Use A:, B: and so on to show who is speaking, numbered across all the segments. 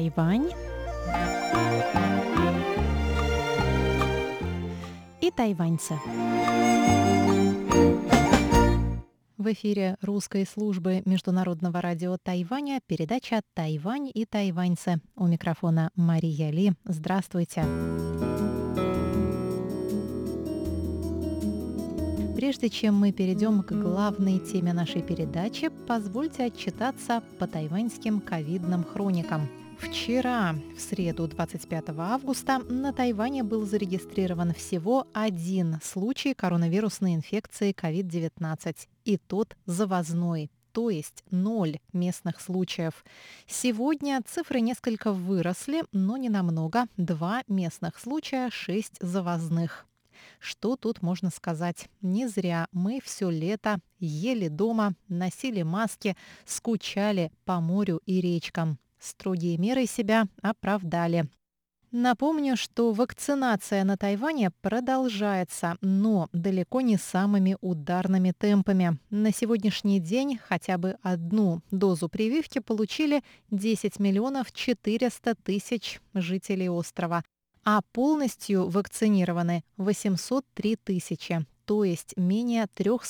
A: Тайвань и тайваньцы. В эфире русской службы Международного радио Тайваня передача «Тайвань и тайваньцы». У микрофона Мария Ли. Здравствуйте. Прежде чем мы перейдем к главной теме нашей передачи, позвольте отчитаться по тайваньским ковидным хроникам. Вчера, в среду 25 августа, на Тайване был зарегистрирован всего один случай коронавирусной инфекции COVID-19, и тот завозной, то есть 0 местных случаев. Сегодня цифры несколько выросли, но не намного. 2 местных случая, 6 завозных. Что тут можно сказать? Не зря мы все лето ели дома, носили маски, скучали по морю и речкам. Строгие меры себя оправдали. Напомню, что вакцинация на Тайване продолжается, но далеко не самыми ударными темпами. На сегодняшний день хотя бы одну дозу прививки получили 10 миллионов 400 тысяч жителей острова, а полностью вакцинированы 803 тысячи, то есть менее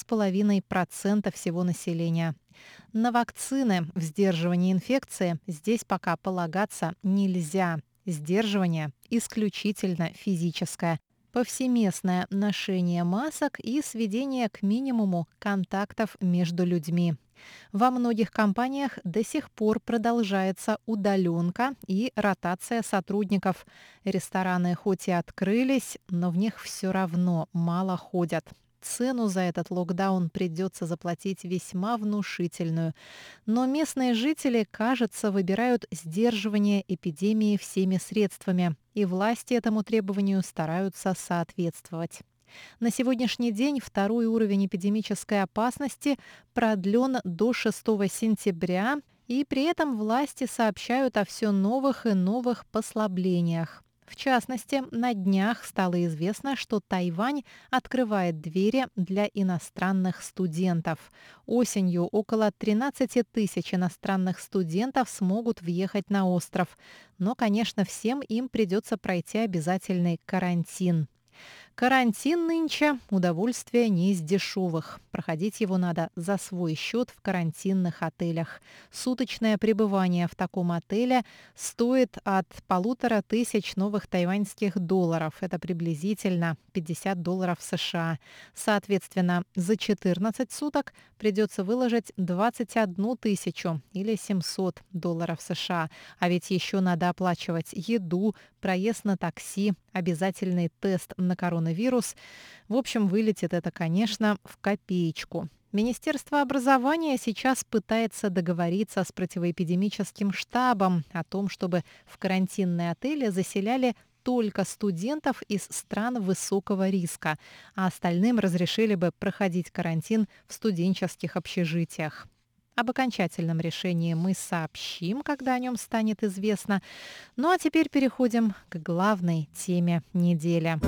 A: 3,5% всего населения. На вакцины в сдерживании инфекции здесь пока полагаться нельзя. Сдерживание исключительно физическое. Повсеместное ношение масок и сведение к минимуму контактов между людьми. Во многих компаниях до сих пор продолжается удаленка и ротация сотрудников. Рестораны хоть и открылись, но в них все равно мало ходят. Цену за этот локдаун придется заплатить весьма внушительную. Но местные жители, кажется, выбирают сдерживание эпидемии всеми средствами, и власти этому требованию стараются соответствовать. На сегодняшний день второй уровень эпидемической опасности продлен до 6 сентября, и при этом власти сообщают о все новых и новых послаблениях. В частности, на днях стало известно, что Тайвань открывает двери для иностранных студентов. Осенью около 13 тысяч иностранных студентов смогут въехать на остров. Но, конечно, всем им придется пройти обязательный карантин. Карантин нынче – удовольствие не из дешевых. Проходить его надо за свой счет в карантинных отелях. Суточное пребывание в таком отеле стоит от 1500 новых тайваньских долларов. Это приблизительно $50 США. Соответственно, за 14 суток придется выложить 21 тысячу или $700 США. А ведь еще надо оплачивать еду, проезд на такси, обязательный тест на коронавирус. В общем, вылетит это, конечно, в копеечку. Министерство образования сейчас пытается договориться с противоэпидемическим штабом о том, чтобы в карантинные отели заселяли только студентов из стран высокого риска, а остальным разрешили бы проходить карантин в студенческих общежитиях. Об окончательном решении мы сообщим, когда о нем станет известно. Ну а теперь переходим к главной теме недели.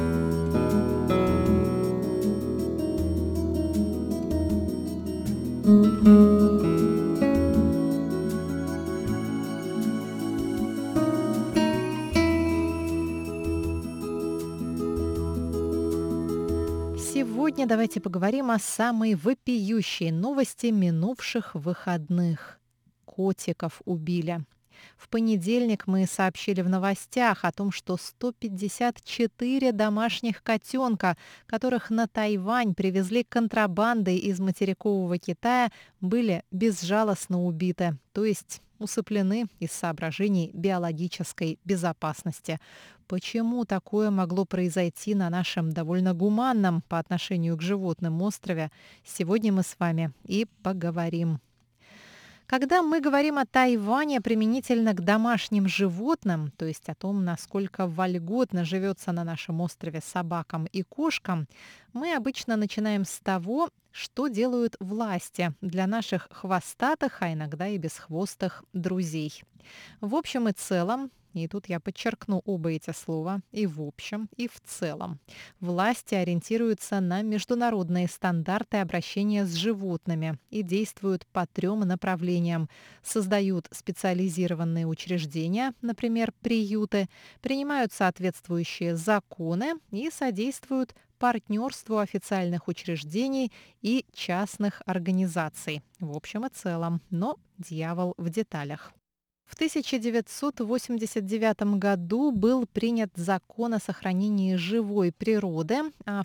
A: Сегодня давайте поговорим о самой вопиющей новости минувших выходных. Котиков убили. В понедельник мы сообщили в новостях о том, что 154 домашних котенка, которых на Тайвань привезли контрабандой из материкового Китая, были безжалостно убиты, то есть усыплены из соображений биологической безопасности. Почему такое могло произойти на нашем довольно гуманном по отношению к животным острове, сегодня мы с вами и поговорим. Когда мы говорим о Тайване применительно к домашним животным, то есть о том, насколько вольготно живется на нашем острове собакам и кошкам, мы обычно начинаем с того, что делают власти для наших хвостатых, а иногда и бесхвостых друзей. В общем и целом, И тут я подчеркну оба эти слова и в общем, и в целом. Власти ориентируются на международные стандарты обращения с животными и действуют по 3 направлениям. Создают специализированные учреждения, например, приюты, принимают соответствующие законы и содействуют партнерству официальных учреждений и частных организаций. В общем и целом, но дьявол в деталях. В 1989 году был принят закон о сохранении живой природы, а в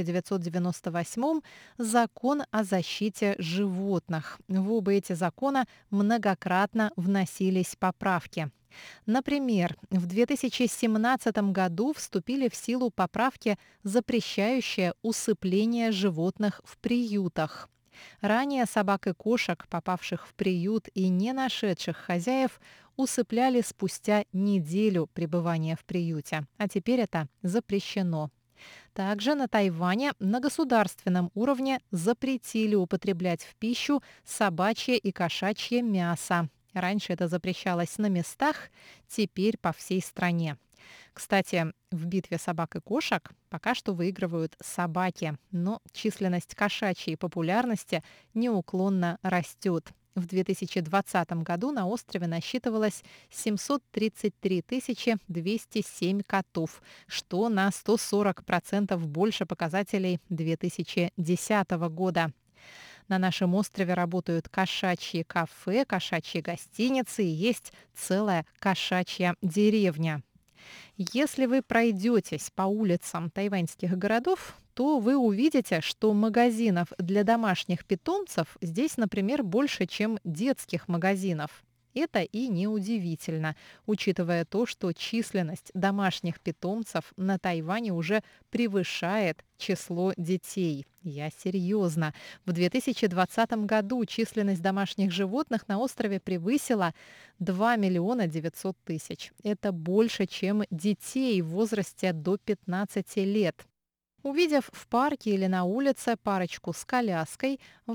A: 1998 закон о защите животных. В оба эти закона многократно вносились поправки. Например, в 2017 году вступили в силу поправки, запрещающие усыпление животных в приютах. Ранее собак и кошек, попавших в приют и не нашедших хозяев, усыпляли спустя неделю пребывания в приюте, а теперь это запрещено. Также на Тайване на государственном уровне запретили употреблять в пищу собачье и кошачье мясо. Раньше это запрещалось на местах, теперь по всей стране. Кстати, в битве собак и кошек пока что выигрывают собаки, но численность кошачьей популярности неуклонно растет. В 2020 году на острове насчитывалось 733 207 котов, что на 140% больше показателей 2010 года. На нашем острове работают кошачьи кафе, кошачьи гостиницы и есть целая кошачья деревня. Если вы пройдетесь по улицам тайваньских городов, то вы увидите, что магазинов для домашних питомцев здесь, например, больше, чем детских магазинов. Это и неудивительно, учитывая то, что численность домашних питомцев на Тайване уже превышает число детей. Я серьезно. В 2020 году численность домашних животных на острове превысила 2 900 000. Это больше, чем детей в возрасте до 15 лет. Увидев в парке или на улице парочку с коляской, в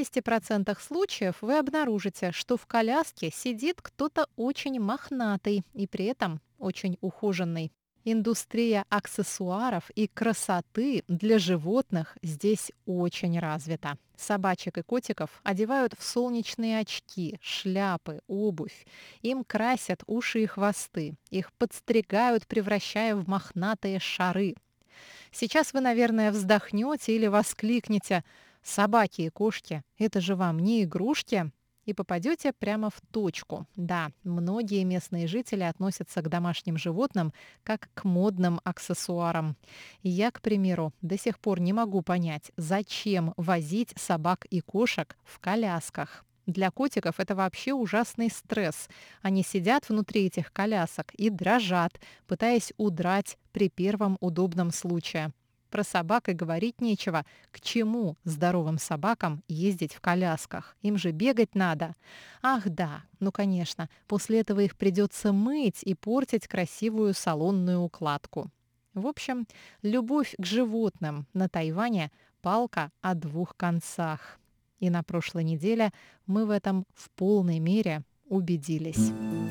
A: 80% случаев вы обнаружите, что в коляске сидит кто-то очень мохнатый и при этом очень ухоженный. Индустрия аксессуаров и красоты для животных здесь очень развита. Собачек и котиков одевают в солнечные очки, шляпы, обувь. Им красят уши и хвосты. Их подстригают, превращая в мохнатые шары. Сейчас вы, наверное, вздохнете или воскликнете: «Собаки и кошки – это же вам не игрушки?» И попадете прямо в точку. Да, многие местные жители относятся к домашним животным как к модным аксессуарам. Я, к примеру, до сих пор не могу понять, зачем возить собак и кошек в колясках. Для котиков это вообще ужасный стресс. Они сидят внутри этих колясок и дрожат, пытаясь удрать при первом удобном случае. Про собак и говорить нечего. К чему здоровым собакам ездить в колясках? Им же бегать надо. Ах да, ну конечно, после этого их придется мыть и портить красивую салонную укладку. В общем, любовь к животным на Тайване – палка о двух концах. И на прошлой неделе мы в этом в полной мере убедились.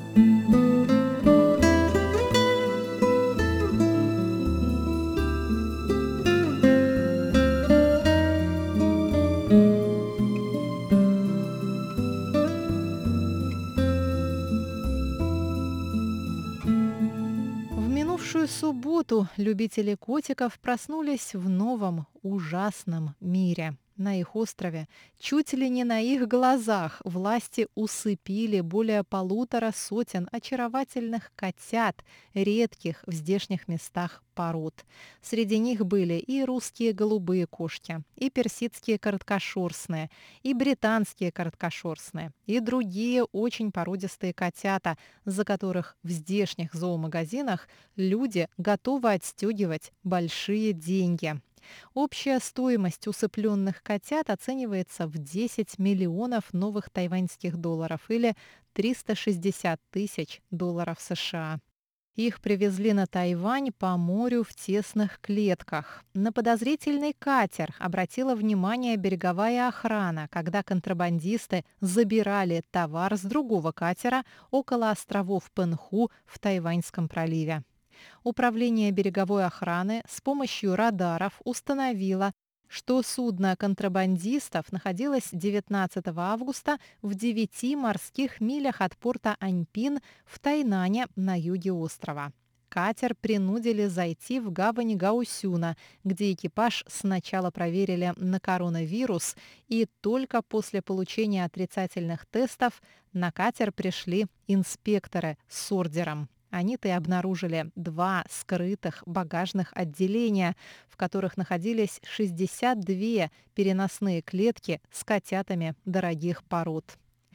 A: В минувшую субботу любители котиков проснулись в новом ужасном мире. На их острове чуть ли не на их глазах власти усыпили более 150 очаровательных котят, редких в здешних местах пород. Среди них были и русские голубые кошки, и персидские короткошерстные, и британские короткошерстные, и другие очень породистые котята, за которых в здешних зоомагазинах люди готовы отстегивать большие деньги. Общая стоимость усыпленных котят оценивается в 10 миллионов новых тайваньских долларов или $360 000 США. Их привезли на Тайвань по морю в тесных клетках. На подозрительный катер обратила внимание береговая охрана, когда контрабандисты забирали товар с другого катера около островов Пэнху в Тайваньском проливе. Управление береговой охраны с помощью радаров установило, что судно контрабандистов находилось 19 августа в 9 морских милях от порта Аньпин в Тайнане на юге острова. Катер принудили зайти в гавань Гаосюна, где экипаж сначала проверили на коронавирус, и только после получения отрицательных тестов на катер пришли инспекторы с ордером. Они-то и обнаружили 2 скрытых багажных отделения, в которых находились 62 переносные клетки с котятами дорогих пород.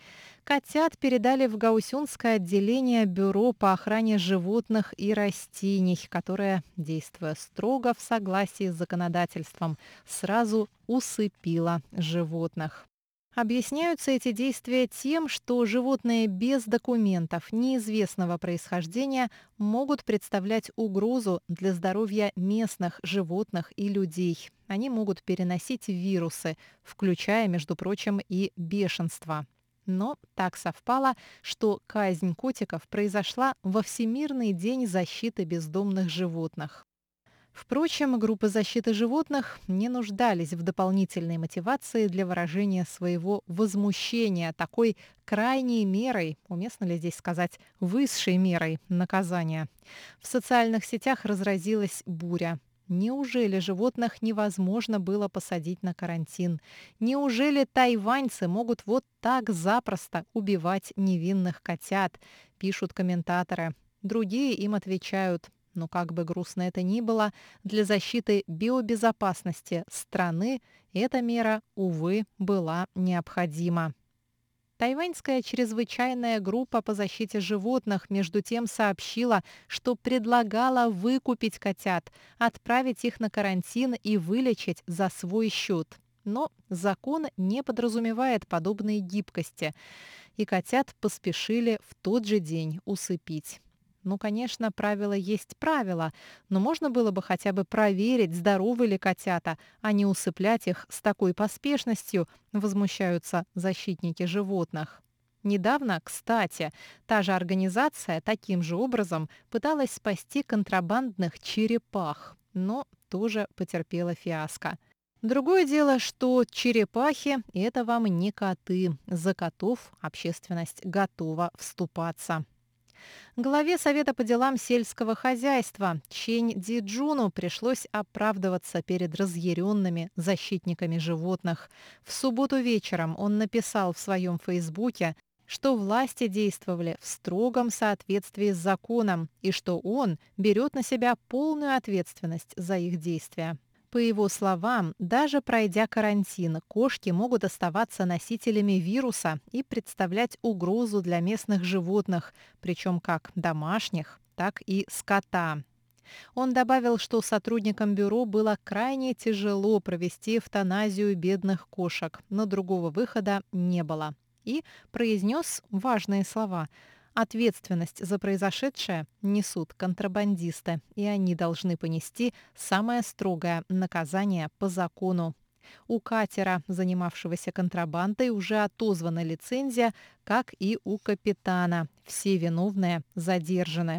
A: Котят передали в Гаосюнское отделение Бюро по охране животных и растений, которое, действуя строго в согласии с законодательством, сразу усыпило животных. Объясняются эти действия тем, что животные без документов неизвестного происхождения могут представлять угрозу для здоровья местных животных и людей. Они могут переносить вирусы, включая, между прочим, и бешенство. Но так совпало, что казнь котиков произошла во Всемирный день защиты бездомных животных. Впрочем, группы защиты животных не нуждались в дополнительной мотивации для выражения своего возмущения такой крайней мерой, уместно ли здесь сказать высшей мерой наказания. В социальных сетях разразилась буря. Неужели животных невозможно было посадить на карантин? Неужели тайваньцы могут вот так запросто убивать невинных котят? Пишут комментаторы. Другие им отвечают: но как бы грустно это ни было, для защиты биобезопасности страны эта мера, увы, была необходима. Тайваньская чрезвычайная группа по защите животных между тем сообщила, что предлагала выкупить котят, отправить их на карантин и вылечить за свой счет. Но закон не подразумевает подобной гибкости, и котят поспешили в тот же день усыпить. Ну, конечно, правило есть правило, но можно было бы хотя бы проверить, здоровы ли котята, а не усыплять их с такой поспешностью, возмущаются защитники животных. Недавно, кстати, та же организация таким же образом пыталась спасти контрабандных черепах, но тоже потерпела фиаско. Другое дело, что черепахи– это вам не коты. За котов общественность готова вступаться. Главе Совета по делам сельского хозяйства Чэнь Диджуну пришлось оправдываться перед разъяренными защитниками животных. В субботу вечером он написал в своем фейсбуке, что власти действовали в строгом соответствии с законом и что он берет на себя полную ответственность за их действия. По его словам, даже пройдя карантин, кошки могут оставаться носителями вируса и представлять угрозу для местных животных, причем как домашних, так и скота. Он добавил, что сотрудникам бюро было крайне тяжело провести эвтаназию бедных кошек, но другого выхода не было. И произнес важные слова: ответственность за произошедшее несут контрабандисты, и они должны понести самое строгое наказание по закону. У катера, занимавшегося контрабандой, уже отозвана лицензия, как и у капитана. Все виновные задержаны.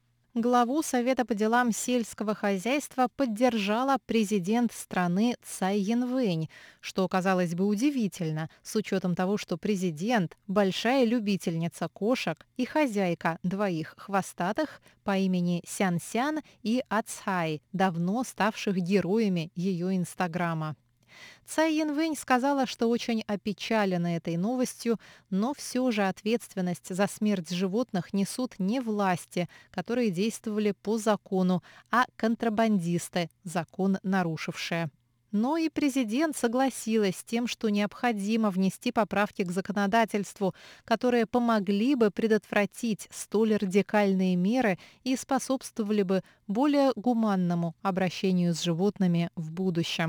A: Главу Совета по делам сельского хозяйства поддержала президент страны Цай Янвэнь, что, казалось бы, удивительно, с учетом того, что президент– большая любительница кошек и хозяйка 2 хвостатых по имени Сян-Сян и Ацхай, давно ставших героями ее инстаграма. Цай Янвэнь сказала, что очень опечалена этой новостью, но все же ответственность за смерть животных несут не власти, которые действовали по закону, а контрабандисты, закон нарушившие. Но и президент согласилась с тем, что необходимо внести поправки к законодательству, которые помогли бы предотвратить столь радикальные меры и способствовали бы более гуманному обращению с животными в будущем.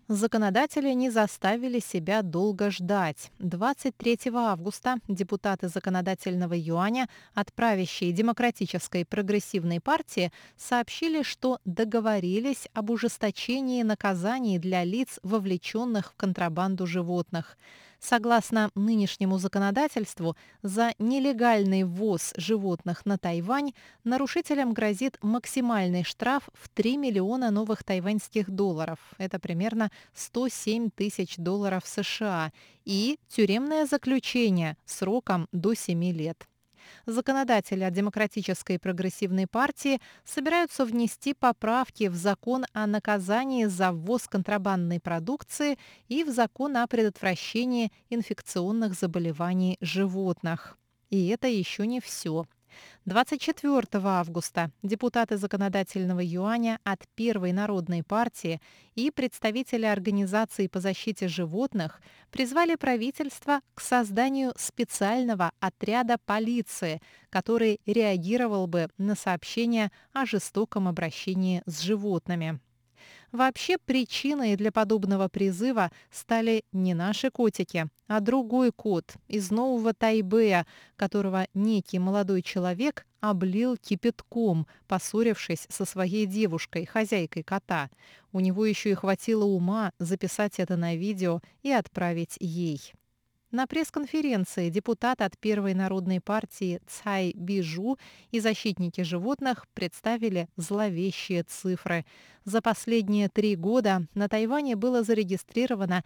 A: Законодатели не заставили себя долго ждать. 23 августа депутаты законодательного юаня от правящей Демократической прогрессивной партии сообщили, что договорились об ужесточении наказаний для лиц, вовлеченных в контрабанду животных. Согласно нынешнему законодательству, за нелегальный ввоз животных на Тайвань нарушителям грозит максимальный штраф в 3 миллиона новых тайваньских долларов. Это примерно 107 тысяч долларов США. И тюремное заключение сроком до 7 лет. Законодатели от Демократической прогрессивной партии собираются внести поправки в закон о наказании за ввоз контрабандной продукции и в закон о предотвращении инфекционных заболеваний животных. И это еще не все. 24 августа депутаты законодательного юаня от Первой народной партии и представители организаций по защите животных призвали правительство к созданию специального отряда полиции, который реагировал бы на сообщения о жестоком обращении с животными. Вообще причиной для подобного призыва стали не наши котики, а другой кот из Нового Тайбэя, которого некий молодой человек облил кипятком, поссорившись со своей девушкой, хозяйкой кота. У него еще и хватило ума записать это на видео и отправить ей. На пресс-конференции депутат от Первой народной партии Цай Бижу и защитники животных представили зловещие цифры. За последние 3 года на Тайване было зарегистрировано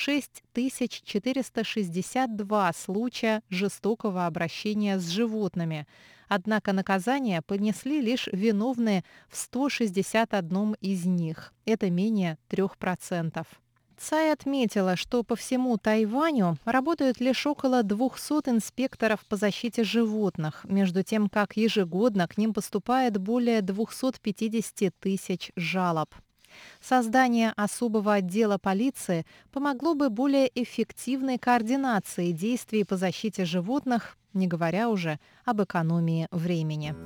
A: 6462 случая жестокого обращения с животными. Однако наказания понесли лишь виновные в 161 из них. Это менее 3%. Цай отметила, что по всему Тайваню работают лишь около 200 инспекторов по защите животных, между тем как ежегодно к ним поступает более 250 тысяч жалоб. Создание особого отдела полиции помогло бы более эффективной координации действий по защите животных, не говоря уже об экономии времени.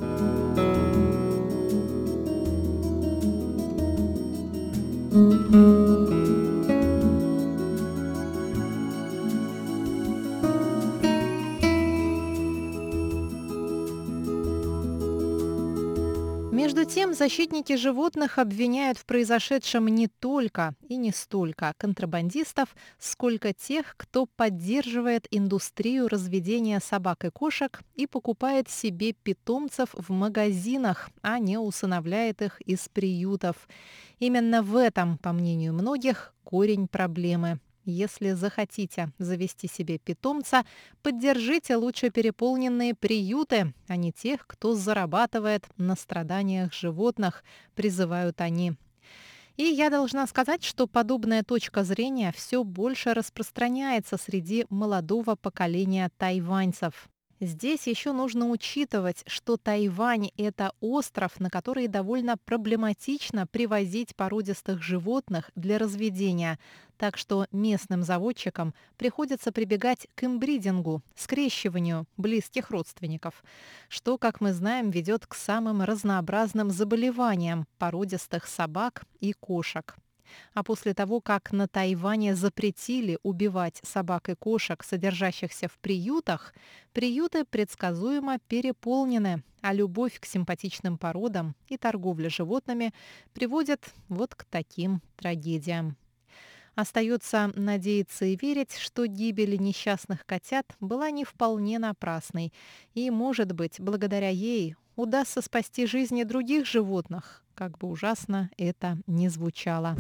A: Между тем, защитники животных обвиняют в произошедшем не только и не столько контрабандистов, сколько тех, кто поддерживает индустрию разведения собак и кошек и покупает себе питомцев в магазинах, а не усыновляет их из приютов. Именно в этом, по мнению многих, корень проблемы. Если захотите завести себе питомца, поддержите лучше переполненные приюты, а не тех, кто зарабатывает на страданиях животных, призывают они. И я должна сказать, что подобная точка зрения все больше распространяется среди молодого поколения тайваньцев. Здесь еще нужно учитывать, что Тайвань– это остров, на который довольно проблематично привозить породистых животных для разведения. Так что местным заводчикам приходится прибегать к имбридингу, скрещиванию близких родственников, что, как мы знаем, ведет к самым разнообразным заболеваниям породистых собак и кошек. А после того, как на Тайване запретили убивать собак и кошек, содержащихся в приютах, приюты предсказуемо переполнены, а любовь к симпатичным породам и торговля животными приводят вот к таким трагедиям. Остается надеяться и верить, что гибель несчастных котят была не вполне напрасной, и, может быть, благодаря ей удастся спасти жизни других животных, как бы ужасно это ни звучало.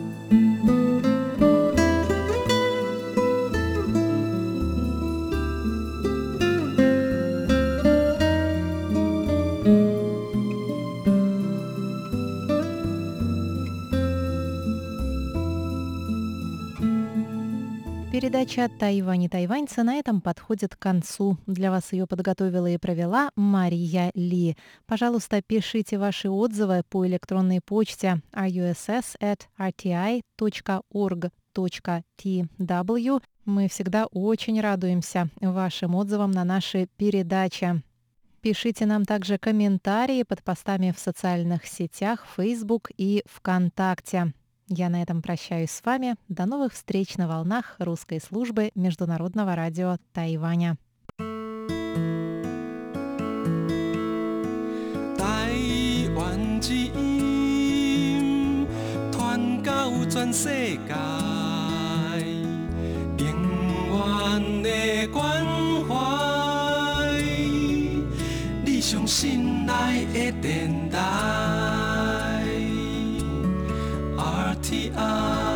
A: Передача «Тайвань и тайваньцы» на этом подходит к концу. Для вас ее подготовила и провела Мария Ли. Пожалуйста, пишите ваши отзывы по электронной почте russ@rti.org.tw. Мы всегда очень радуемся вашим отзывам на наши передачи. Пишите нам также комментарии под постами в социальных сетях Facebook и ВКонтакте. Я на этом прощаюсь с вами. До новых встреч на волнах русской службы Международного радио Тайваня.
B: 台湾之音传到全世界，永远的关怀，你上心爱的电台 RTI。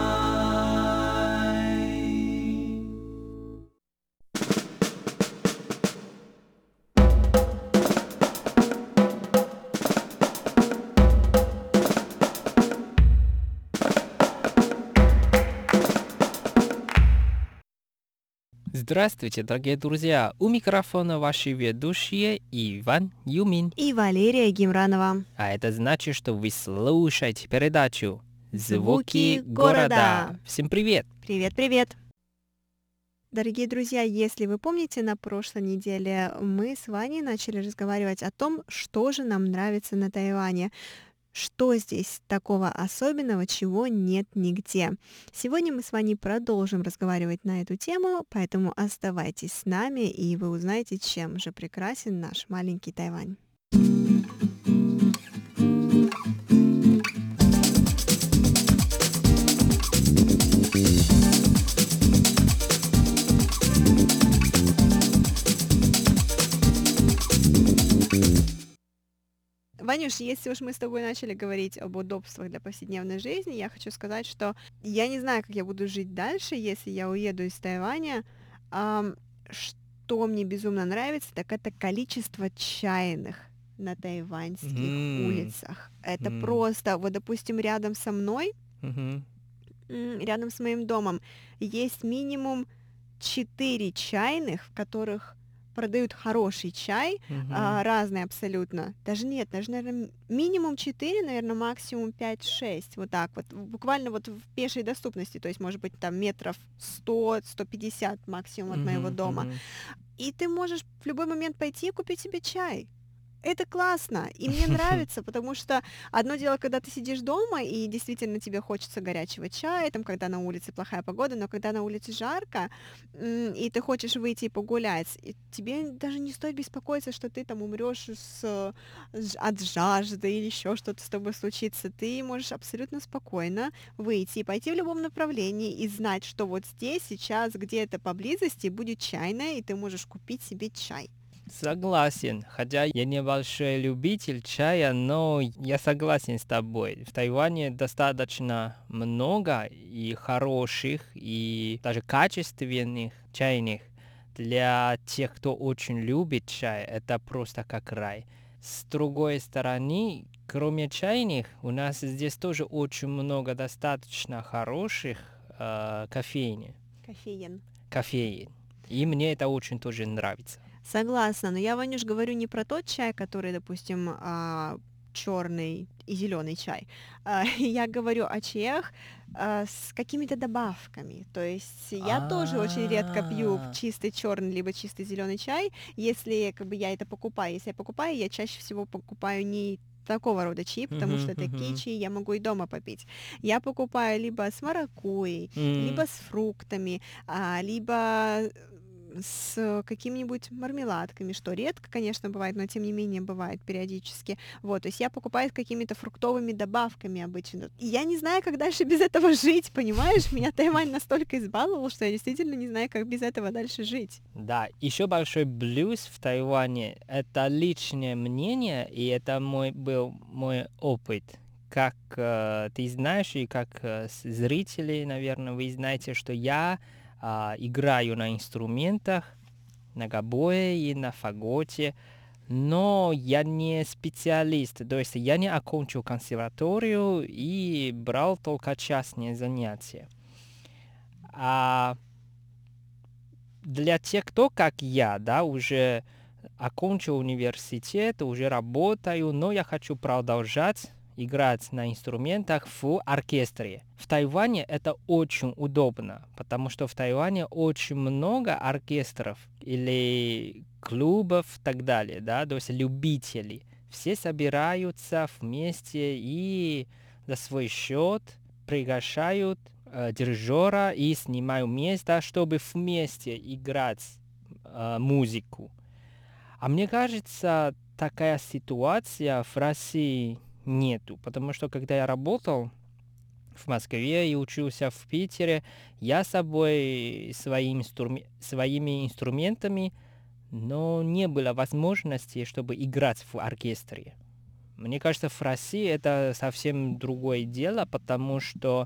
C: Здравствуйте, дорогие друзья! У микрофона ваши ведущие Иван Юмин.
D: И Валерия Гимранова.
C: А это значит, что вы слушаете передачу
D: «Звуки города».
C: Всем привет!
D: Привет-привет! Дорогие друзья, если вы помните, на прошлой неделе мы с Ваней начали разговаривать о том, что же нам нравится на Тайване. Что здесь такого особенного, чего нет нигде? Сегодня мы с Ваней продолжим разговаривать на эту тему, поэтому оставайтесь с нами, и вы узнаете, чем же прекрасен наш маленький Тайвань. Ванюш, если уж мы с тобой начали говорить об удобствах для повседневной жизни, я хочу сказать, что я не знаю, как я буду жить дальше, если я уеду из Тайваня. Что мне безумно нравится, так это количество чайных на тайваньских улицах. Это просто, вот, допустим, рядом со мной, рядом с моим домом, есть минимум 4 чайных, в которых продают хороший чай, разный абсолютно. Даже нет, даже, наверное, минимум 4, наверное, максимум 5-6, вот так вот. Буквально вот в пешей доступности, то есть, может быть, там метров 100-150 максимум от моего дома. И ты можешь в любой момент пойти и купить себе чай. Это классно, и мне нравится, потому что одно дело, когда ты сидишь дома, и действительно тебе хочется горячего чая, там, когда на улице плохая погода, но когда на улице жарко, и ты хочешь выйти и погулять, и тебе даже не стоит беспокоиться, что ты там умрешь от жажды или еще что-то с тобой случится. Ты можешь абсолютно спокойно выйти и пойти в любом направлении и знать, что вот здесь, сейчас, где-то поблизости будет чайная, и ты можешь купить себе чай.
C: Согласен, хотя я небольшой любитель чая, но я согласен с тобой. В Тайване достаточно много и хороших, и даже качественных чайных. Для тех, кто очень любит чай, это просто как рай. С другой стороны, кроме чайных, у нас здесь тоже очень много достаточно хороших кофеин. Кофеин. И мне это очень тоже нравится.
D: Согласна, но я, Ванюш, говорю не про тот чай, который, допустим, черный и зеленый чай. Я говорю о чаях с какими-то добавками. То есть я тоже очень редко пью чистый черный либо чистый зеленый чай. Если как бы я это покупаю, если я покупаю, я чаще всего покупаю не такого рода чаи, потому что такие чаи я могу и дома попить. Я покупаю либо с маракуйей, либо с фруктами, либо с какими-нибудь мармеладками, что редко, конечно, бывает, но тем не менее бывает периодически. Вот, то есть я покупаю с какими-то фруктовыми добавками обычно. И я не знаю, как дальше без этого жить, понимаешь? Меня Тайвань настолько избаловал, что я действительно не знаю, как без этого дальше жить.
C: Да, еще большой плюс в Тайване — это личное мнение, и это был мой опыт. Как ты знаешь, и как зрители, наверное, вы знаете, что я играю на инструментах, на гобое и на фаготе, но я не специалист, то есть я не окончил консерваторию и брал только частные занятия. А для тех, кто, как я, да, уже окончил университет, уже работаю, но я хочу продолжать играть на инструментах в оркестре. В Тайване это очень удобно, потому что в Тайване очень много оркестров или клубов и так далее, да, то есть любителей. Все собираются вместе и за свой счет приглашают дирижера и снимают место, чтобы вместе играть музыку. А мне кажется, такая ситуация в России нету, потому что когда я работал в Москве и учился в Питере, я с собой своими инструментами, но не было возможности, чтобы играть в оркестре. Мне кажется, в России это совсем другое дело, потому что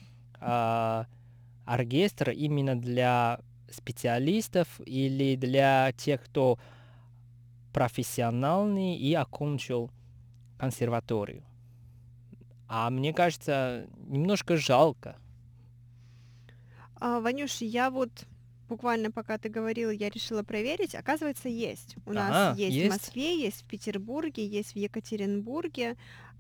C: оркестр именно для специалистов или для тех, кто профессиональный и окончил консерваторию. А мне кажется, немножко жалко.
D: Ванюш, я вот буквально пока ты говорила, я решила проверить. Оказывается, есть. У нас есть в Москве, есть в Петербурге, есть в Екатеринбурге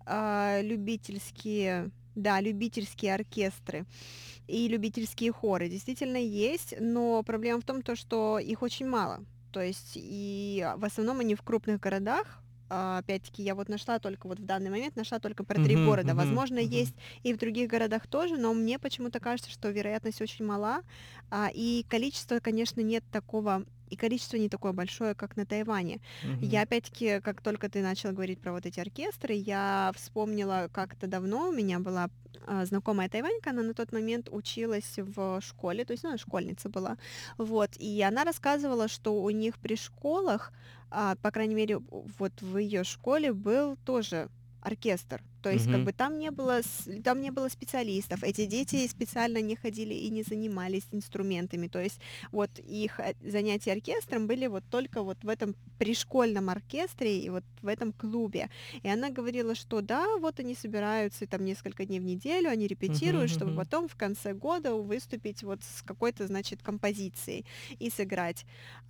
D: любительские оркестры и любительские хоры. Действительно есть, но проблема в том, что их очень мало. То есть и в основном они в крупных городах. Опять-таки, я вот нашла только вот в данный момент, только про 3 города. Возможно, есть и в других городах тоже, но мне почему-то кажется, что вероятность очень мала, и количество, конечно, нет такого, и количество не такое большое, как на Тайване. Я, опять-таки, как только ты начала говорить про вот эти оркестры, я вспомнила, как-то давно у меня была знакомая тайванька, она на тот момент училась в школе, то есть она школьница была, вот, и она рассказывала, что у них при школах, по крайней мере, вот в ее школе был тоже оркестр. То есть, как бы там не было специалистов. Эти дети специально не ходили и не занимались инструментами. То есть, вот их занятия оркестром были вот только вот в этом пришкольном оркестре и вот в этом клубе. И она говорила, что да, вот они собираются там несколько дней в неделю, они репетируют, чтобы потом в конце года выступить вот с какой-то, значит, композицией и сыграть.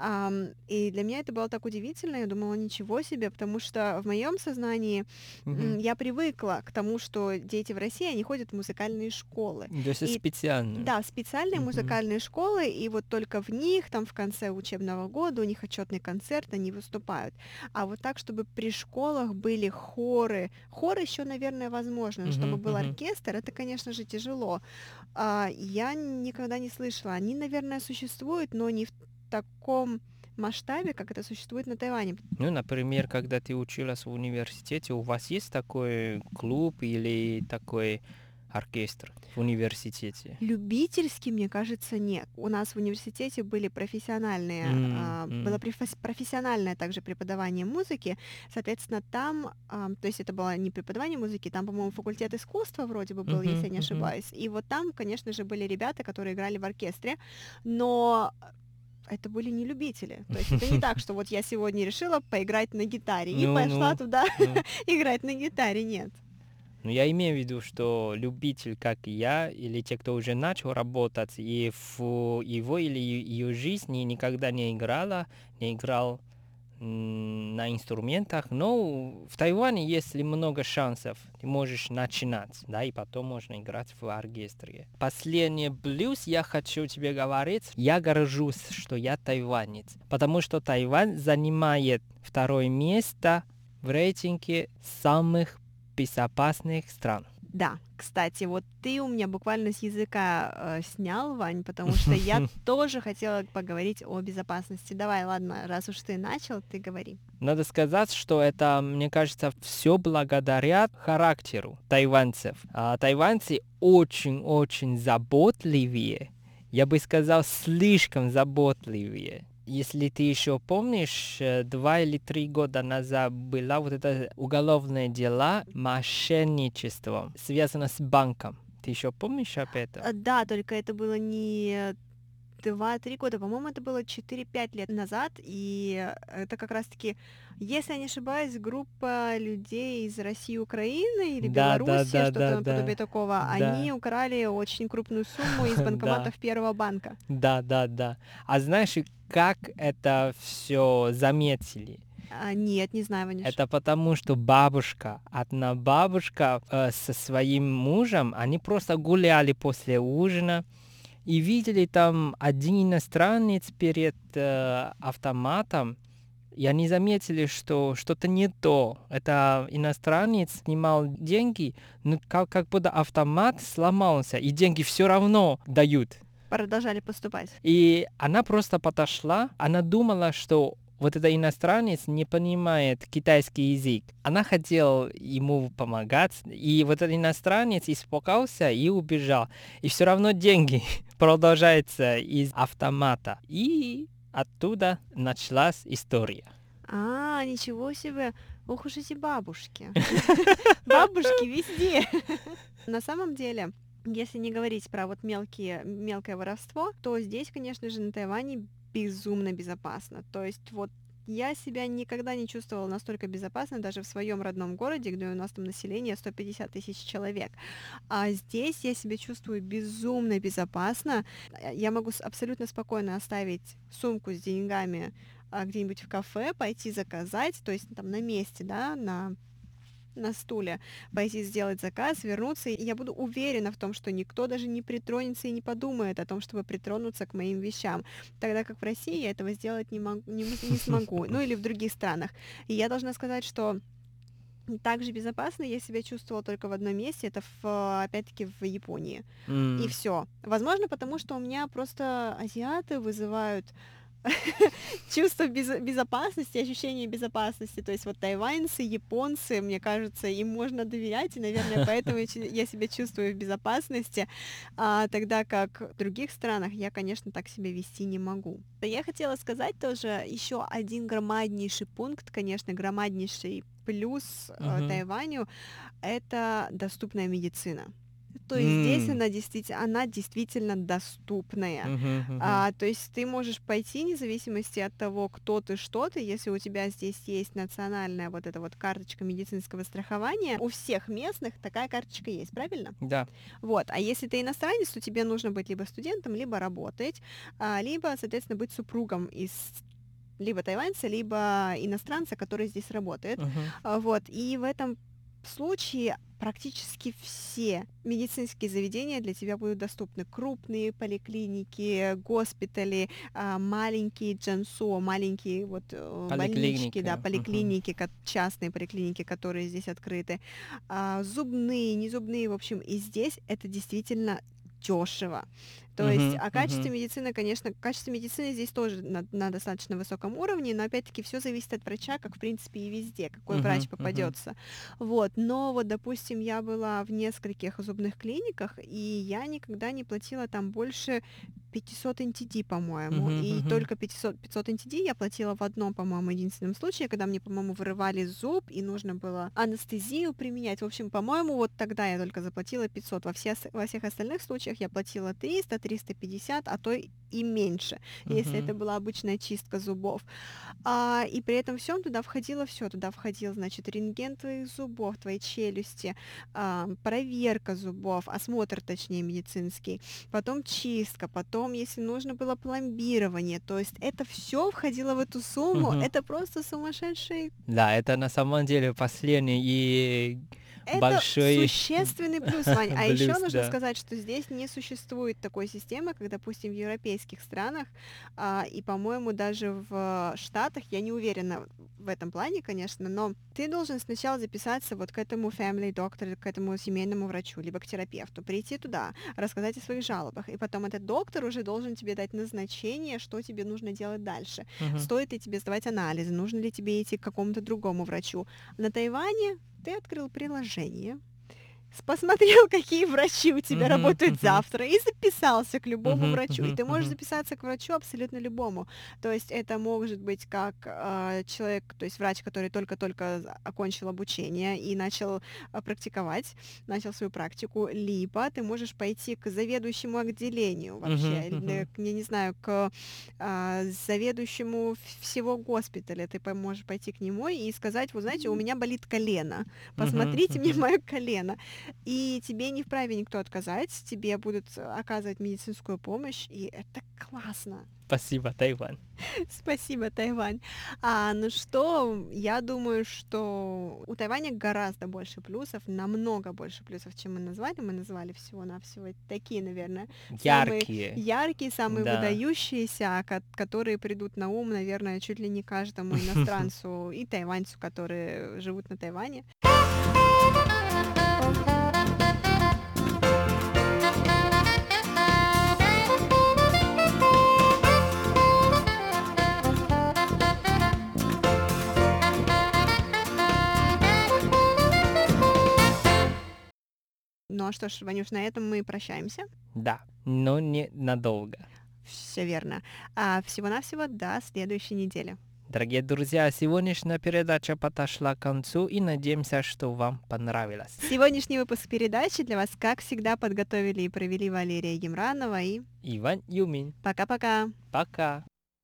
D: И для меня это было так удивительно. Я думала, ничего себе, потому что в моем сознании я привыкла к тому, что дети в России, они ходят в музыкальные школы.
C: То есть специальные.
D: Да, специальные музыкальные школы, и вот только в них, там в конце учебного года, у них отчетный концерт, они выступают. А вот так, чтобы при школах были хоры. Хоры еще, наверное, возможно, но чтобы был оркестр, это, конечно же, тяжело. Я никогда не слышала. Они, наверное, существуют, но не в таком масштабе, как это существует на Тайване.
C: Ну, например, когда ты училась в университете, у вас есть такой клуб или такой оркестр в университете?
D: Любительский, мне кажется, нет. У нас в университете были профессиональные, было профессиональное также преподавание музыки, соответственно, там, то есть это было не преподавание музыки, там, по-моему, факультет искусства вроде бы был, если я не ошибаюсь, и вот там, конечно же, были ребята, которые играли в оркестре, но это были не любители. То есть это не так, что вот я сегодня решила поиграть на гитаре и пошла туда играть на гитаре, нет.
C: Ну, я имею в виду, что любитель, как я, или те, кто уже начал работать, и в его или ее жизни никогда не играл на инструментах, но в Тайване есть много шансов. Ты можешь начинать, да, и потом можно играть в оркестре. Последний плюс я хочу тебе говорить. Я горжусь, что я тайванец, потому что Тайвань занимает 2 место в рейтинге самых безопасных стран.
D: Да, кстати, вот ты у меня буквально с языка снял, Вань, потому что я тоже хотела поговорить о безопасности. Давай, ладно, раз уж ты начал, ты говори.
C: Надо сказать, что это, мне кажется, все благодаря характеру тайванцев. Тайванцы очень-очень заботливые. Я бы сказал, слишком заботливые. Если ты еще помнишь, 2 или 3 года назад была вот это уголовное дело мошенничеством, связано с банком. Ты еще помнишь об этом?
D: Да, только это было не 2-3 года, по-моему, это было 4-5 лет назад, и это как раз-таки, если я не ошибаюсь, группа людей из России, Украины или Беларуси, что-то наподобие такого, они украли очень крупную сумму из банкоматов первого банка.
C: Да. А знаешь, как это все заметили?
D: Нет, не знаю, Ванюш.
C: Это потому, что одна бабушка со своим мужем, они просто гуляли после ужина, и видели там один иностранец перед автоматом, и они заметили, что что-то не то. Это иностранец снимал деньги, но как будто автомат сломался, и деньги все равно дают.
D: Продолжали поступать.
C: И она просто подошла, она думала, что вот этот иностранец не понимает китайский язык. Она хотела ему помогать, и вот этот иностранец испугался и убежал. И все равно деньги продолжаются из автомата. И оттуда началась история.
D: Ничего себе. Ох уж эти бабушки. Бабушки везде. На самом деле, если не говорить про вот мелкое воровство, то здесь, конечно же, на Тайване безумно безопасно. То есть вот я себя никогда не чувствовала настолько безопасно даже в своем родном городе, где у нас там население 150 тысяч человек. А здесь я себя чувствую безумно безопасно. Я могу абсолютно спокойно оставить сумку с деньгами где-нибудь в кафе, пойти заказать, то есть там на месте, да, на стуле, пойти сделать заказ, вернуться, и я буду уверена в том, что никто даже не притронется и не подумает о том, чтобы притронуться к моим вещам, тогда как в России я этого сделать не смогу, ну или в других странах. И я должна сказать, что также безопасно я себя чувствовала только в одном месте, это опять-таки в Японии. И все. Возможно, потому что у меня просто азиаты вызывают чувство безопасности, ощущение безопасности. То есть вот тайваньцы, японцы, мне кажется, им можно доверять, и, наверное, поэтому я себя чувствую в безопасности, тогда как в других странах я, конечно, так себя вести не могу. Я хотела сказать тоже еще один громаднейший пункт, конечно, громаднейший плюс Тайваню — это доступная медицина. То есть здесь она действительно доступная. То есть ты можешь пойти, вне зависимости от того, кто ты, что ты, если у тебя здесь есть национальная вот эта вот карточка медицинского страхования, у всех местных такая карточка есть, правильно?
C: Да.
D: Вот, а если ты иностранец, то тебе нужно быть либо студентом, либо работать, либо, соответственно, быть супругом из либо тайваньца, либо иностранца, который здесь работает. Вот, и в этом случае практически все медицинские заведения для тебя будут доступны. Крупные поликлиники, госпитали, маленькие джансо, маленькие вот больнички, да, поликлиники, частные поликлиники, которые здесь открыты, зубные, незубные, в общем, и здесь это действительно дешево. То есть о качестве медицины, конечно, качество медицины здесь тоже на достаточно высоком уровне, но опять-таки все зависит от врача, как в принципе и везде, какой врач попадется. Вот, но вот, допустим, я была в нескольких зубных клиниках, и я никогда не платила там больше 500 NTD, по-моему, и только 500 NTD я платила в одном, по-моему, единственном случае, когда мне, по-моему, вырывали зуб, и нужно было анестезию применять. В общем, по-моему, вот тогда я только заплатила 500. Во всех остальных случаях я платила 300, 350, а то и меньше, если это была обычная чистка зубов. И при этом всем туда входило все. Туда входил, значит, рентген твоих зубов, твоей челюсти, проверка зубов, осмотр, точнее, медицинский, потом чистка, потом, если нужно было, пломбирование. То есть это все входило в эту сумму. Это просто сумасшедший.
C: Да, это на самом деле последний и большой
D: существенный плюс, Вань. А еще нужно сказать, что здесь не существует такой системы, как, допустим, в европейских странах, и, по-моему, даже в Штатах, я не уверена в этом плане, конечно, но ты должен сначала записаться вот к этому family doctor, к этому семейному врачу, либо к терапевту, прийти туда, рассказать о своих жалобах, и потом этот доктор уже должен тебе дать назначение, что тебе нужно делать дальше. Стоит ли тебе сдавать анализы, нужно ли тебе идти к какому-то другому врачу. На Тайване ты открыл приложение, посмотрел, какие врачи у тебя работают завтра, и записался к любому врачу. И ты можешь записаться к врачу абсолютно любому. То есть это может быть как человек, то есть врач, который только-только окончил обучение и начал практиковать, начал свою практику, либо ты можешь пойти к заведующему отделению вообще, или, я не знаю, к заведующему всего госпиталя. Ты можешь пойти к нему и сказать: вот знаете, у меня болит колено, посмотрите мне мое колено. и тебе не вправе никто отказать, тебе будут оказывать медицинскую помощь, и это классно.
C: Спасибо, Тайвань.
D: Спасибо, Тайвань. Ну что, я думаю, что у Тайваня гораздо больше плюсов, намного больше плюсов, чем мы назвали. Мы назвали всего-навсего такие, наверное,
C: Яркие.
D: самые яркие, самые
C: Да.
D: выдающиеся, которые придут на ум, наверное, чуть ли не каждому иностранцу и тайваньцу, которые живут на Тайване. Ну а что ж, Ванюш, на этом мы прощаемся.
C: Да, но не надолго.
D: Все верно. Всего-навсего до следующей недели.
C: Дорогие друзья, сегодняшняя передача подошла к концу, и надеемся, что вам понравилось.
D: Сегодняшний выпуск передачи для вас, как всегда, подготовили и провели Валерия Гемранова и
C: Иван Юмин.
D: пока-пока.
C: Пока.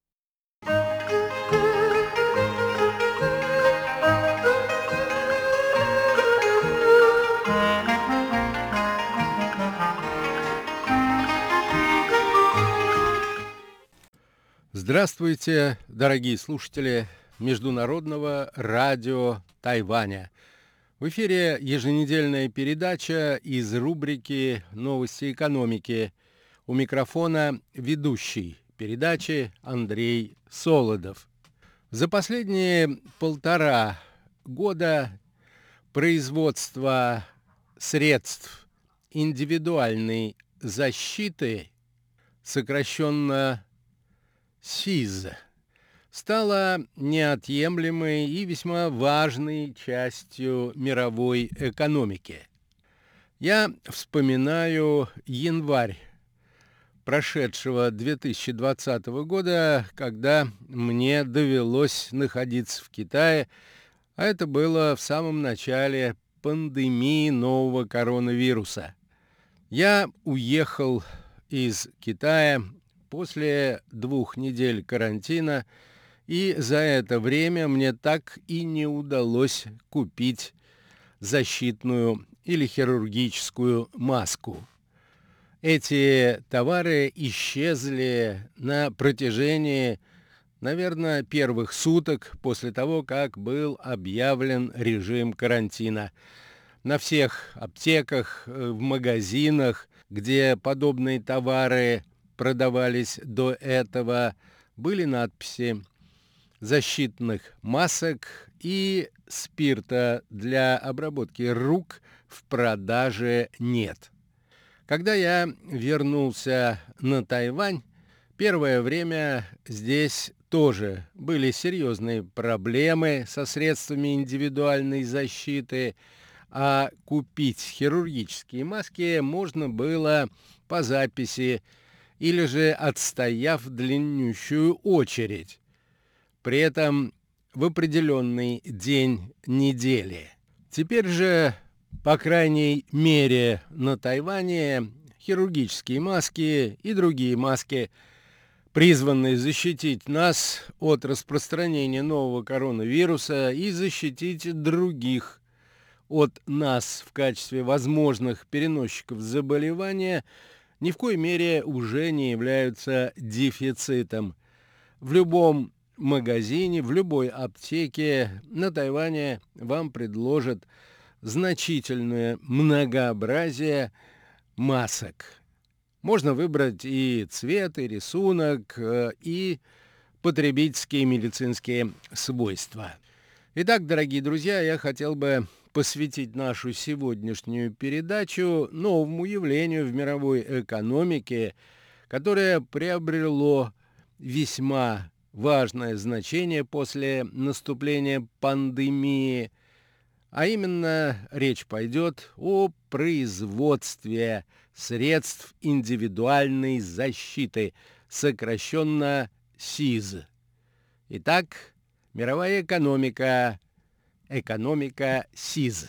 E: Здравствуйте, дорогие слушатели Международного радио Тайваня. В эфире еженедельная передача из рубрики «Новости экономики». У микрофона ведущий передачи Андрей Солодов. За последние 1,5 года производство средств индивидуальной защиты, сокращенно СИЗ, стала неотъемлемой и весьма важной частью мировой экономики. Я вспоминаю январь прошедшего 2020 года, когда мне довелось находиться в Китае, а это было в самом начале пандемии нового коронавируса. Я уехал из Китая после 2 недель карантина, и за это время мне так и не удалось купить защитную или хирургическую маску. Эти товары исчезли на протяжении, наверное, первых суток после того, как был объявлен режим карантина. На всех аптеках, в магазинах, где подобные товары продавались до этого, были надписи: защитных масок и спирта для обработки рук в продаже нет. Когда я вернулся на Тайвань, первое время здесь тоже были серьезные проблемы со средствами индивидуальной защиты, а купить хирургические маски можно было по записи или же отстояв длиннющую очередь, при этом в определенный день недели. Теперь же, по крайней мере, на Тайване хирургические маски и другие маски, призванные защитить нас от распространения нового коронавируса и защитить других от нас в качестве возможных переносчиков заболевания, ни в коей мере уже не являются дефицитом. В любом магазине, в любой аптеке на Тайване вам предложат значительное многообразие масок. Можно выбрать и цвет, и рисунок, и потребительские медицинские свойства. Итак, дорогие друзья, я хотел бы посвятить нашу сегодняшнюю передачу новому явлению в мировой экономике, которое приобрело весьма важное значение после наступления пандемии, а именно речь пойдет о производстве средств индивидуальной защиты, сокращенно СИЗ. Итак, мировая экономика СИЗ.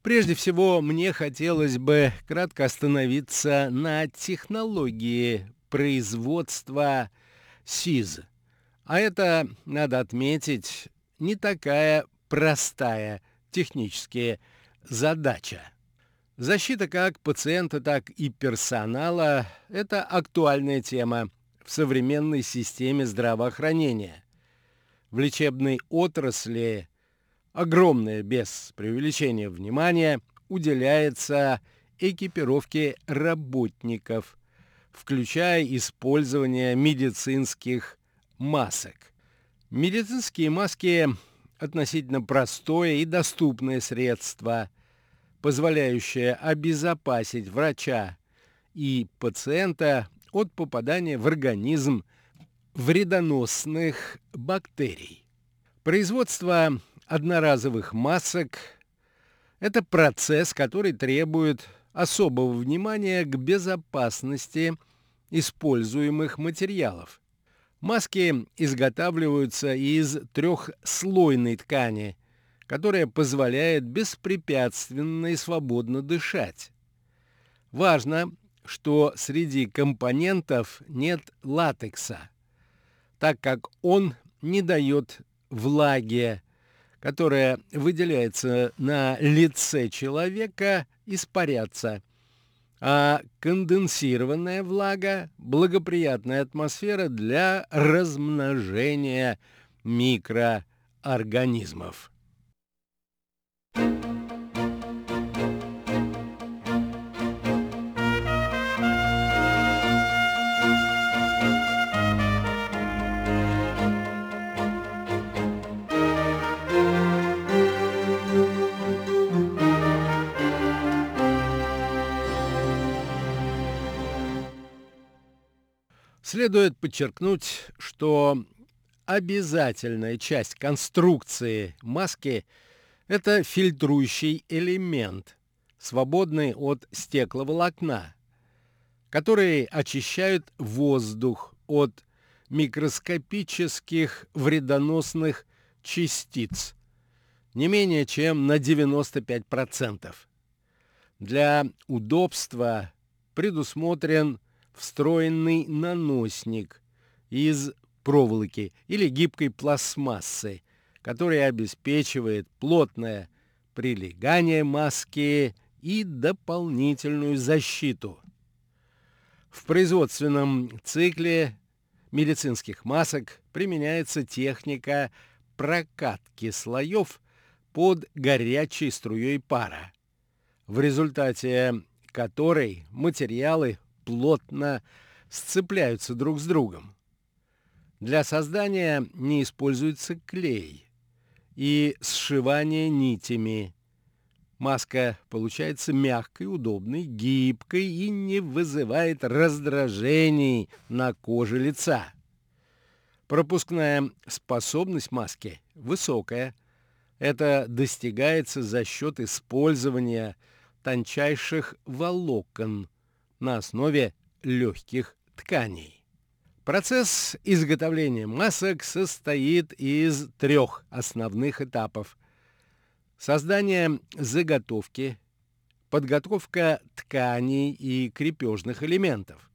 E: Прежде всего, мне хотелось бы кратко остановиться на технологии производства СИЗ. А это, надо отметить, не такая простая техническая задача. Защита как пациента, так и персонала – это актуальная тема в современной системе здравоохранения. В лечебной отрасли огромное, без преувеличения, внимание уделяется экипировке работников, включая использование медицинских масок. Медицинские маски – относительно простое и доступное средство, позволяющее обезопасить врача и пациента от попадания в организм вредоносных бактерий. Производство одноразовых масок – это процесс, который требует особого внимания к безопасности используемых материалов. Маски изготавливаются из трехслойной ткани, которая позволяет беспрепятственно и свободно дышать. Важно, что среди компонентов нет латекса, так как он не дает влаге, которая выделяется на лице человека, испаряться, а конденсированная влага – благоприятная атмосфера для размножения микроорганизмов. Следует подчеркнуть, что обязательная часть конструкции маски – это фильтрующий элемент, свободный от стекловолокна, которые очищают воздух от микроскопических вредоносных частиц не менее чем на 95%. Для удобства предусмотрен встроенный наносник из проволоки или гибкой пластмассы, который обеспечивает плотное прилегание маски и дополнительную защиту. В производственном цикле медицинских масок применяется техника прокатки слоев под горячей струей пара, в результате которой материалы плотно сцепляются друг с другом. Для создания не используется клей и сшивание нитями. Маска получается мягкой, удобной, гибкой и не вызывает раздражений на коже лица. Пропускная способность маски высокая. Это достигается за счет использования тончайших волокон на основе легких тканей. Процесс изготовления масок состоит из 3 основных этапов: создание заготовки, подготовка тканей и крепежных элементов,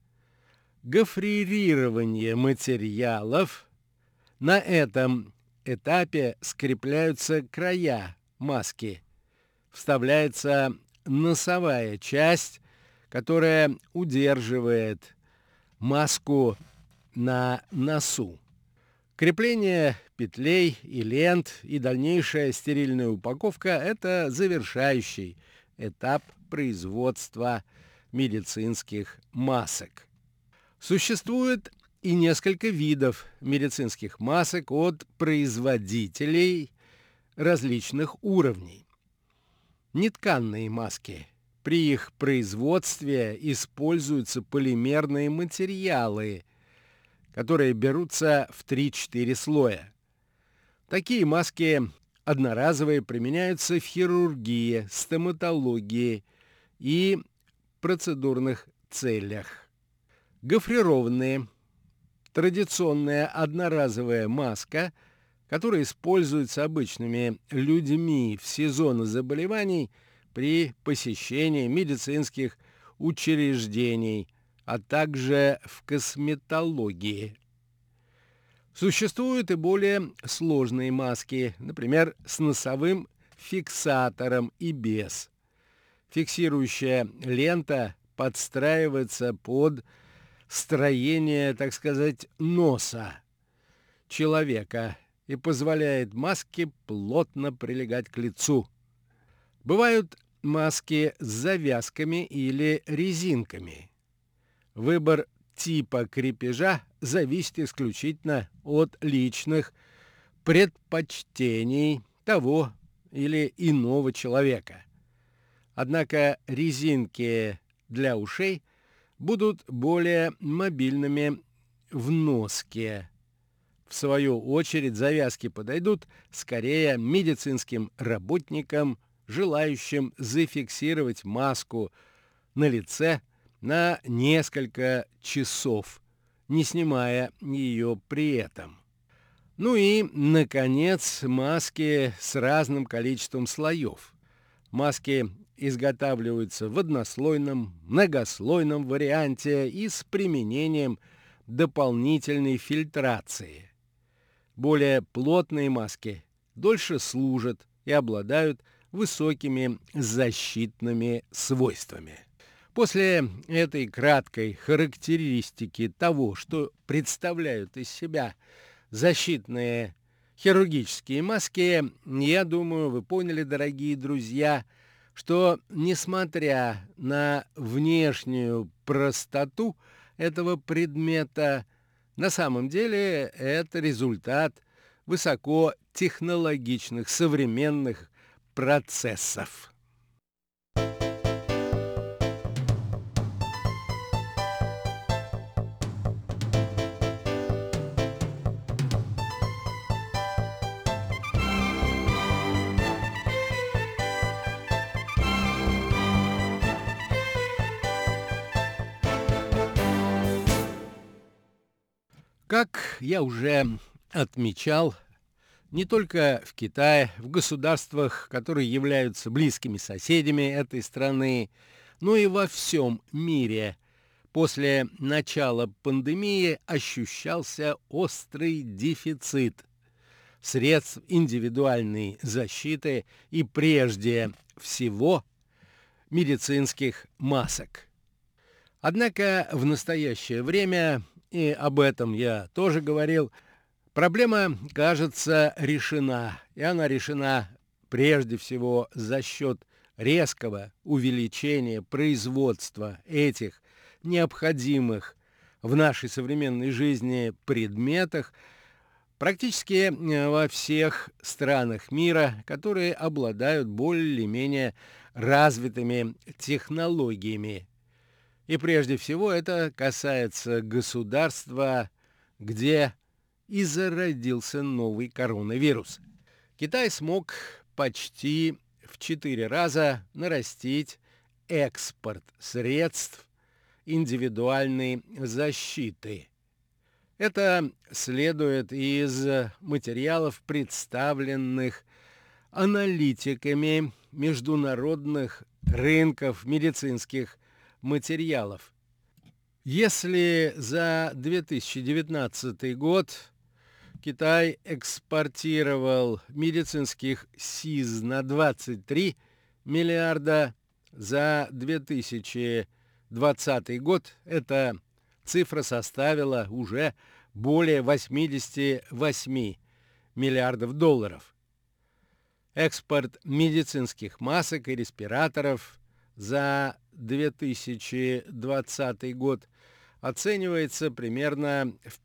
E: гофрирование материалов. На этом этапе скрепляются края маски, вставляется носовая часть, которая удерживает маску на носу. Крепление петлей и лент и дальнейшая стерильная упаковка – это завершающий этап производства медицинских масок. Существует и несколько видов медицинских масок от производителей различных уровней. Нетканные маски. При их производстве используются полимерные материалы, которые берутся в 3-4 слоя. Такие маски одноразовые применяются в хирургии, стоматологии и процедурных целях. Гофрированные. Традиционная одноразовая маска, которая используется обычными людьми в сезоны заболеваний, при посещении медицинских учреждений, а также в косметологии. Существуют и более сложные маски, например, с носовым фиксатором и без. Фиксирующая лента подстраивается под строение, так сказать, носа человека и позволяет маске плотно прилегать к лицу. Бывают маски с завязками или резинками. Выбор типа крепежа зависит исключительно от личных предпочтений того или иного человека. Однако резинки для ушей будут более мобильными в носке. В свою очередь завязки подойдут скорее медицинским работникам, желающим зафиксировать маску на лице на несколько часов, не снимая ее при этом. Ну и, наконец, маски с разным количеством слоев. Маски изготавливаются в однослойном, многослойном варианте и с применением дополнительной фильтрации. Более плотные маски дольше служат и обладают высокими защитными свойствами. После этой краткой характеристики того, что представляют из себя защитные хирургические маски, я думаю, вы поняли, дорогие друзья, что, несмотря на внешнюю простоту этого предмета, на самом деле это результат высокотехнологичных современных процессов. Как я уже отмечал, не только в Китае, в государствах, которые являются близкими соседями этой страны, но и во всем мире после начала пандемии ощущался острый дефицит средств индивидуальной защиты и прежде всего медицинских масок. Однако в настоящее время, и об этом я тоже говорил, проблема, кажется, решена, и она решена прежде всего за счет резкого увеличения производства этих необходимых в нашей современной жизни предметах практически во всех странах мира, которые обладают более-менее развитыми технологиями. И прежде всего это касается государства, где и зародился новый коронавирус. Китай смог почти в 4 раза нарастить экспорт средств индивидуальной защиты. Это следует из материалов, представленных аналитиками международных рынков медицинских материалов. Если за 2019 год Китай экспортировал медицинских СИЗ на 23 миллиарда, за 2020 год эта цифра составила уже более 88 миллиардов долларов. Экспорт медицинских масок и респираторов за 2020 год оценивается примерно в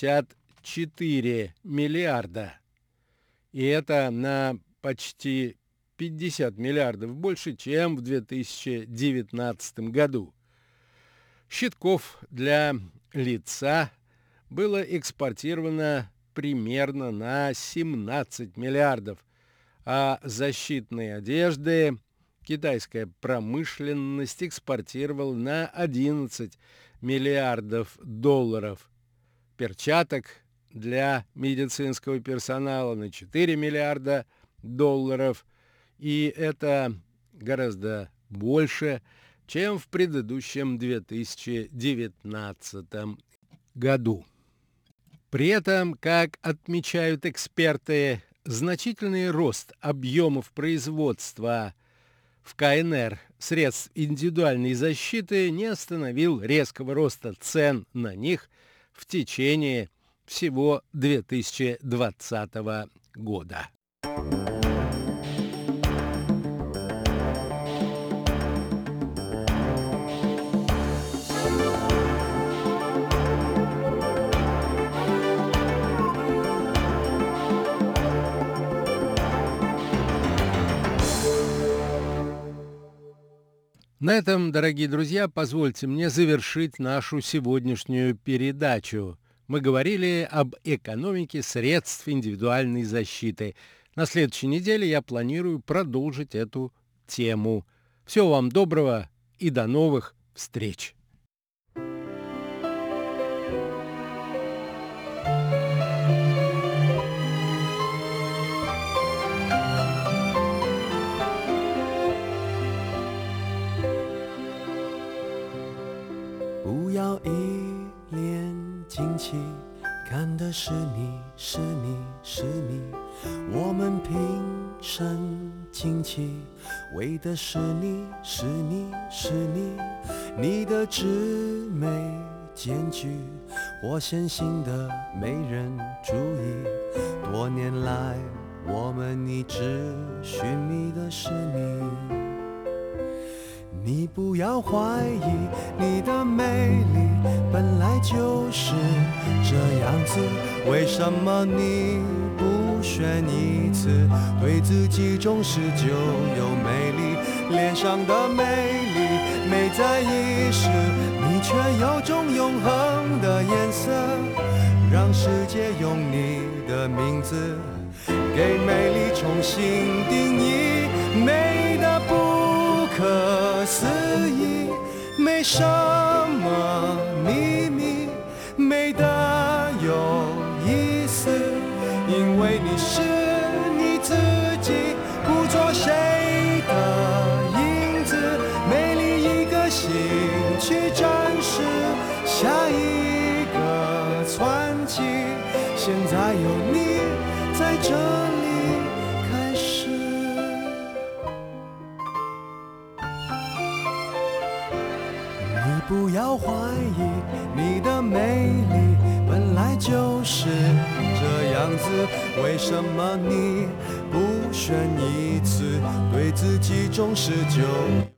E: 54 миллиарда. И это на почти 50 миллиардов больше, чем в 2019 году. Щитков для лица было экспортировано примерно на 17 миллиардов, а защитные одежды китайская промышленность экспортировала на 11 миллиардов долларов, перчаток для медицинского персонала на 4 миллиарда долларов, и это гораздо больше, чем в предыдущем 2019 году. При этом, как отмечают эксперты, значительный рост объемов производства в КНР средств индивидуальной защиты не остановил резкого роста цен на них в течение всего 2020 года. На этом, дорогие друзья, позвольте мне завершить нашу сегодняшнюю передачу. Мы говорили об экономике средств индивидуальной защиты. На следующей неделе я планирую продолжить эту тему. Всего вам доброго и до новых встреч!
B: 不要一脸惊奇，看的是你，是你，是你。我们平生惊奇，为的是你，是你，是你。你的至美艰巨，我先行的没人注意。多年来，我们一直寻觅的是你。你不要怀疑，你的美丽本来就是这样子。为什么你不选一次？对自己重视就有魅力。脸上的美丽美在一时，你却有种永恒的颜色。让世界用你的名字给美丽重新定义，美的不可思议，没什么秘密，美的有意思，因为你是你自己，不做谁的影子，美丽一个心去展示下一个传奇，现在有你在这里开始。你不要怀疑，你的美丽本来就是这样子，为什么你不选一次？对自己重视就